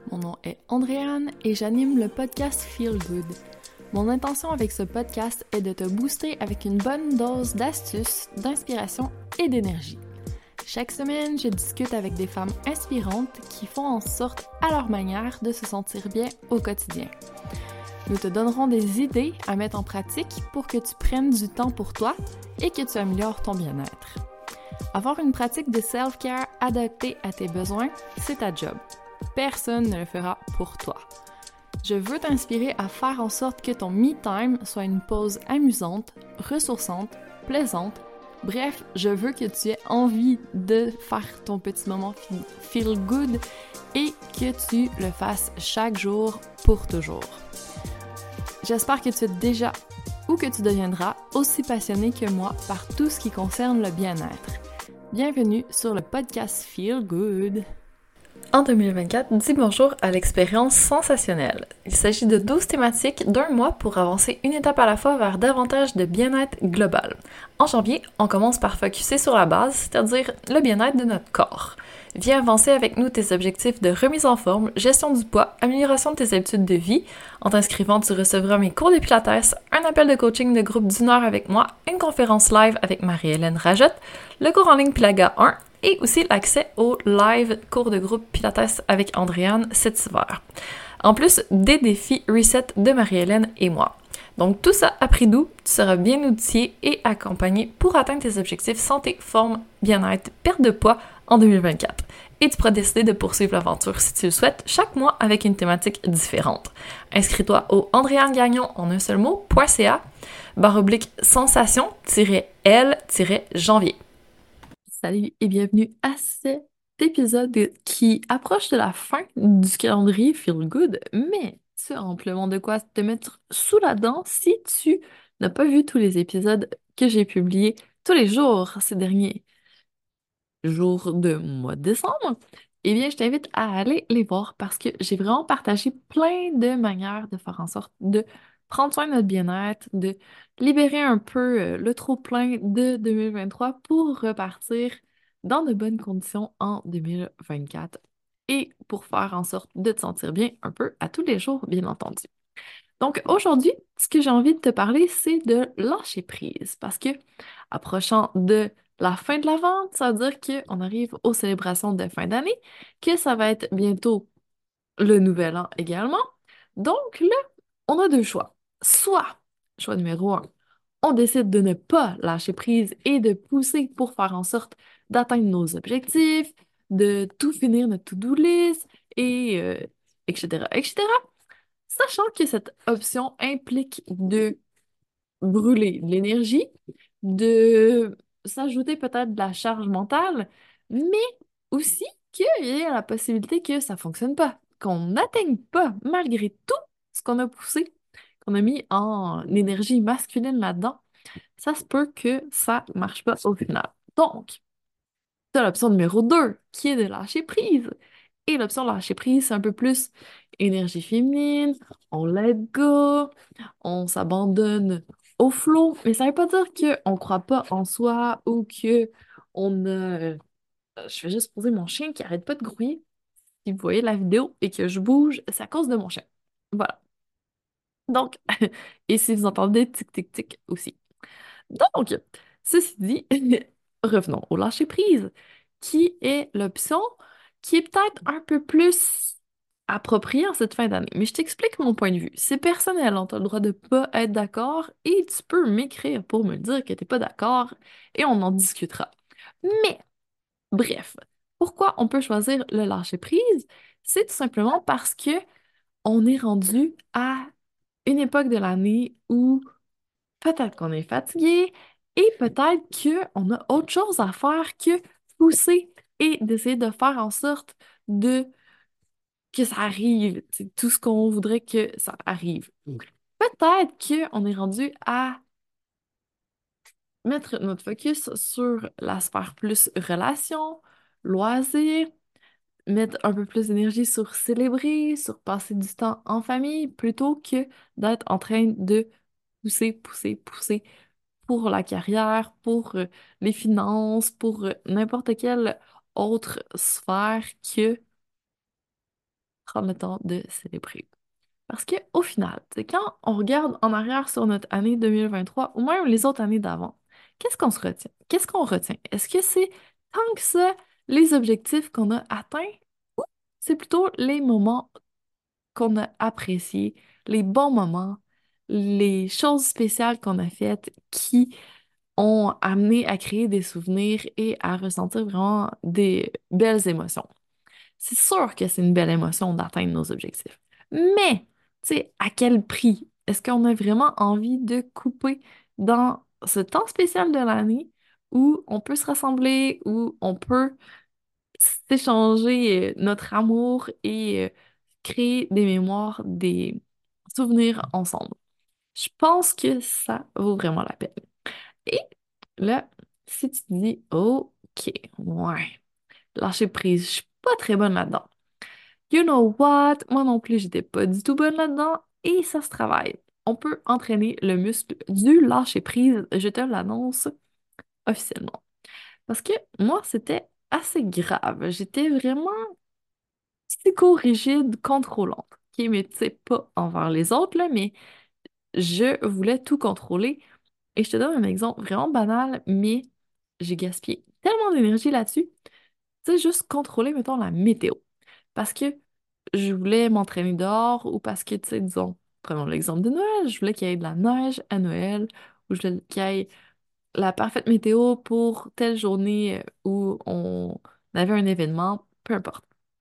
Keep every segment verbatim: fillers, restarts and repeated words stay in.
Mon nom est Andréane et j'anime le podcast Feel Good. Mon intention avec ce podcast est de te booster avec une bonne dose d'astuces, d'inspiration et d'énergie. Chaque semaine, je discute avec des femmes inspirantes qui font en sorte, à leur manière, de se sentir bien au quotidien. Nous te donnerons des idées à mettre en pratique pour que tu prennes du temps pour toi et que tu améliores ton bien-être. Avoir une pratique de self-care adaptée à tes besoins, c'est ta job. Personne ne le fera pour toi. Je veux t'inspirer à faire en sorte que ton me-time soit une pause amusante, ressourçante, plaisante. Bref, je veux que tu aies envie de faire ton petit moment feel good et que tu le fasses chaque jour pour toujours. J'espère que tu es déjà ou que tu deviendras aussi passionné que moi par tout ce qui concerne le bien-être. Bienvenue sur le podcast Feel Good. En deux mille vingt-quatre, dis bonjour à l'expérience sensationnelle. Il s'agit de douze thématiques d'un mois pour avancer une étape à la fois vers davantage de bien-être global. En janvier, on commence par focusser sur la base, c'est-à-dire le bien-être de notre corps. Viens avancer avec nous tes objectifs de remise en forme, gestion du poids, amélioration de tes habitudes de vie. En t'inscrivant, tu recevras mes cours de pilates, un appel de coaching de groupe d'une heure avec moi, une conférence live avec Marie-Hélène Rajotte, le cours en ligne Pilaga un, et aussi l'accès au live cours de groupe Pilates avec Andréane cet hiver. En plus, des défis reset de Marie-Hélène et moi. Donc tout ça à prix doux, tu seras bien outillé et accompagné pour atteindre tes objectifs santé, forme, bien-être, perte de poids en deux mille vingt-quatre. Et tu pourras décider de poursuivre l'aventure si tu le souhaites, chaque mois avec une thématique différente. Inscris-toi au andréanegagnon en un seul mot, .ca, barre oblique sensation, L, janvier. Salut et bienvenue à cet épisode qui approche de la fin du calendrier Feel Good, mais tu as amplement de quoi te mettre sous la dent si tu n'as pas vu tous les épisodes que j'ai publiés tous les jours ces derniers jours de mois de décembre. Eh bien, je t'invite à aller les voir parce que j'ai vraiment partagé plein de manières de faire en sorte de prendre soin de notre bien-être, de libérer un peu euh, le trop-plein de deux mille vingt-trois pour repartir dans de bonnes conditions en deux mille vingt-quatre et pour faire en sorte de te sentir bien un peu à tous les jours, bien entendu. Donc aujourd'hui, ce que j'ai envie de te parler, c'est de lâcher prise parce que approchant de la fin de la vente, ça veut dire qu'on arrive aux célébrations de fin d'année, que ça va être bientôt le nouvel an également. Donc là, on a deux choix. Soit, choix numéro un, on décide de ne pas lâcher prise et de pousser pour faire en sorte d'atteindre nos objectifs, de tout finir notre to-do list, et euh, et cetera, et cetera. Sachant que cette option implique de brûler de l'énergie, de s'ajouter peut-être de la charge mentale, mais aussi qu'il y a la possibilité que ça fonctionne pas, qu'on n'atteigne pas, malgré tout ce qu'on a poussé, qu'on a mis en énergie masculine là-dedans, ça se peut que ça marche pas au final. Donc, t'as l'option numéro deux, qui est de lâcher prise. Et l'option lâcher prise, c'est un peu plus énergie féminine, on let go, on s'abandonne au flow, mais ça veut pas dire qu'on ne croit pas en soi ou que on a... Je vais juste poser mon chien qui arrête pas de grouiller. Si vous voyez la vidéo et que je bouge, c'est à cause de mon chien. Voilà. Donc, et si vous entendez tic-tic-tic aussi. Donc, ceci dit, revenons au lâcher-prise, qui est l'option qui est peut-être un peu plus appropriée en cette fin d'année. Mais je t'explique mon point de vue. C'est personnel, on a le droit de pas être d'accord et tu peux m'écrire pour me dire que t'es pas d'accord et on en discutera. Mais, bref, pourquoi on peut choisir le lâcher-prise? C'est tout simplement parce que on est rendu à une époque de l'année où peut-être qu'on est fatigué et peut-être qu'on a autre chose à faire que pousser et d'essayer de faire en sorte de que ça arrive, c'est tout ce qu'on voudrait que ça arrive. Peut-être qu'on est rendu à mettre notre focus sur la sphère plus relation, loisirs, mettre un peu plus d'énergie sur célébrer, sur passer du temps en famille, plutôt que d'être en train de pousser, pousser, pousser pour la carrière, pour euh, les finances, pour euh, n'importe quelle autre sphère que prendre le temps de célébrer. Parce que au final, c'est quand on regarde en arrière sur notre année deux mille vingt-trois ou même les autres années d'avant, qu'est-ce qu'on se retient? Qu'est-ce qu'on retient? Est-ce que c'est tant que ça les objectifs qu'on a atteints ou c'est plutôt les moments qu'on a appréciés, les bons moments, les choses spéciales qu'on a faites qui ont amené à créer des souvenirs et à ressentir vraiment des belles émotions? C'est sûr que c'est une belle émotion d'atteindre nos objectifs. Mais, tu sais, à quel prix? Est-ce qu'on a vraiment envie de couper dans ce temps spécial de l'année où on peut se rassembler, où on peut s'échanger euh, notre amour et euh, créer des mémoires, des souvenirs ensemble? Je pense que ça vaut vraiment la peine. Et là, si tu te dis, OK, ouais, lâcher prise, je suis pas très bonne là-dedans. You know what? Moi non plus, j'étais pas du tout bonne là-dedans et ça se travaille. On peut entraîner le muscle du lâcher-prise, je te l'annonce officiellement. Parce que moi, c'était assez grave. J'étais vraiment psycho-rigide, contrôlante. OK, mais tu sais, pas envers les autres, là, mais je voulais tout contrôler. Et je te donne un exemple vraiment banal, mais j'ai gaspillé tellement d'énergie là-dessus. Tu sais, juste contrôler, mettons, la météo. Parce que je voulais m'entraîner dehors ou parce que, tu sais, disons, prenons l'exemple de Noël, je voulais qu'il y ait de la neige à Noël ou je voulais qu'il y ait la parfaite météo pour telle journée euh, où on avait un événement, peu importe.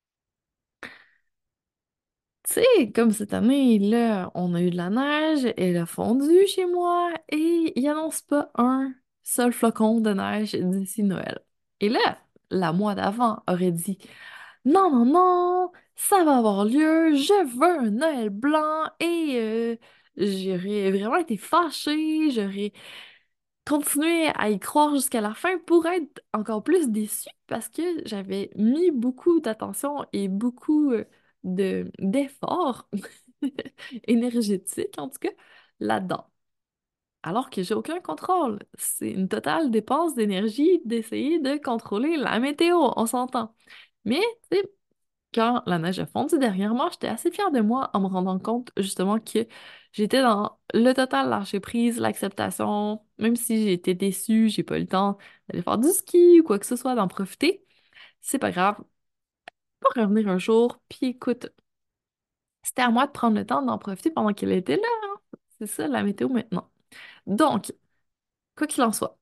Tu sais, comme cette année, là, on a eu de la neige, elle a fondu chez moi et il annonce pas un seul flocon de neige d'ici Noël. Et là, la mois d'avant aurait dit non, non, non, ça va avoir lieu, je veux un Noël blanc et euh, j'aurais vraiment été fâchée, j'aurais continué à y croire jusqu'à la fin pour être encore plus déçue parce que j'avais mis beaucoup d'attention et beaucoup euh, de d'efforts énergétiques en tout cas là-dedans. Alors que j'ai aucun contrôle. C'est une totale dépense d'énergie d'essayer de contrôler la météo, on s'entend. Mais, tu sais, quand la neige a fondu derrière moi, j'étais assez fière de moi en me rendant compte justement que j'étais dans le total lâcher prise, l'acceptation, même si j'ai été déçue, j'ai pas eu le temps d'aller faire du ski ou quoi que ce soit, d'en profiter, c'est pas grave, on va revenir un jour, puis écoute, c'était à moi de prendre le temps d'en profiter pendant qu'elle était là, hein. C'est ça la météo maintenant. Donc, quoi qu'il en soit,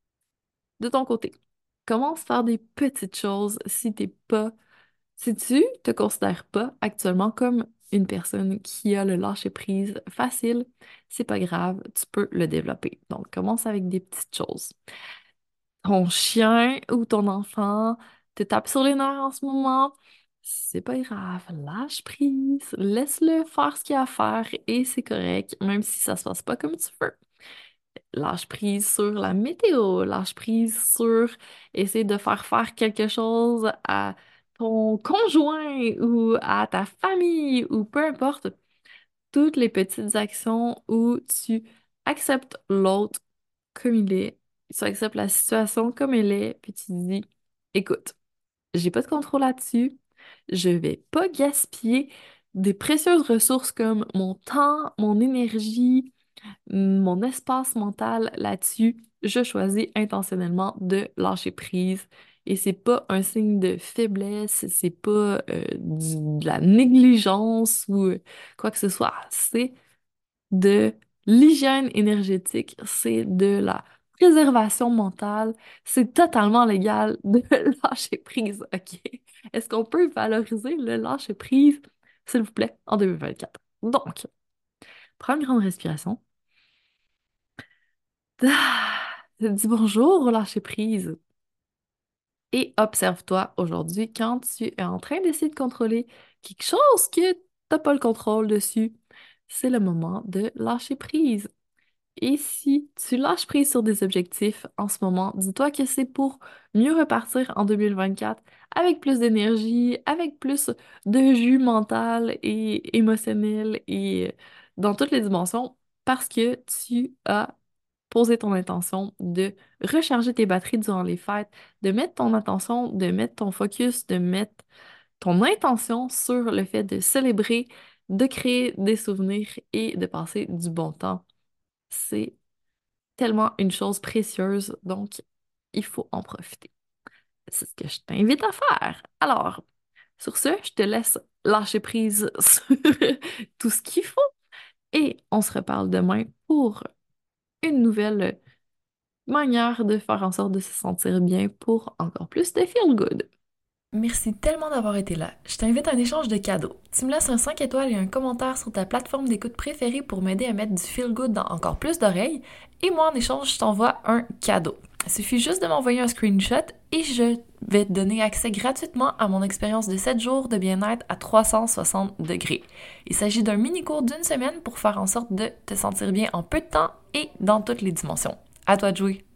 de ton côté, commence par des petites choses si t'es pas si tu te considères pas actuellement comme une personne qui a le lâcher-prise facile, c'est pas grave, tu peux le développer. Donc, commence avec des petites choses. Ton chien ou ton enfant te tape sur les nerfs en ce moment, c'est pas grave, lâche prise, laisse-le faire ce qu'il a à faire et c'est correct, même si ça se passe pas comme tu veux. Lâche prise sur la météo, lâche prise sur essayer de faire faire quelque chose à ton conjoint ou à ta famille ou peu importe, toutes les petites actions où tu acceptes l'autre comme il est, tu acceptes la situation comme elle est, puis tu te dis, écoute, j'ai pas de contrôle là-dessus, je vais pas gaspiller des précieuses ressources comme mon temps, mon énergie, mon espace mental là-dessus, je choisis intentionnellement de lâcher prise. Et c'est pas un signe de faiblesse, c'est pas euh, du- de la négligence ou euh, quoi que ce soit. C'est de l'hygiène énergétique, c'est de la préservation mentale. C'est totalement légal de lâcher prise, OK? Est-ce qu'on peut valoriser le lâcher prise, s'il vous plaît, en deux mille vingt-quatre? Donc, prends une grande respiration. Ah, dis bonjour, lâcher prise. Et observe-toi aujourd'hui quand tu es en train d'essayer de contrôler quelque chose que t'as pas le contrôle dessus. C'est le moment de lâcher prise. Et si tu lâches prise sur des objectifs en ce moment, dis-toi que c'est pour mieux repartir en deux mille vingt-quatre avec plus d'énergie, avec plus de jus mental et émotionnel et dans toutes les dimensions parce que tu as poser ton intention de recharger tes batteries durant les fêtes, de mettre ton attention, de mettre ton focus, de mettre ton intention sur le fait de célébrer, de créer des souvenirs et de passer du bon temps. C'est tellement une chose précieuse, donc il faut en profiter. C'est ce que je t'invite à faire. Alors, sur ce, je te laisse lâcher prise sur tout ce qu'il faut et on se reparle demain pour une nouvelle manière de faire en sorte de se sentir bien pour encore plus de feel good. Merci tellement d'avoir été là. Je t'invite à un échange de cadeaux. Tu me laisses un cinq étoiles et un commentaire sur ta plateforme d'écoute préférée pour m'aider à mettre du feel good dans encore plus d'oreilles. Et moi, en échange, je t'envoie un cadeau. Il suffit juste de m'envoyer un screenshot et je vais te donner accès gratuitement à mon expérience de sept jours de bien-être à trois cent soixante degrés. Il s'agit d'un mini-cours d'une semaine pour faire en sorte de te sentir bien en peu de temps et dans toutes les dimensions. À toi de jouer!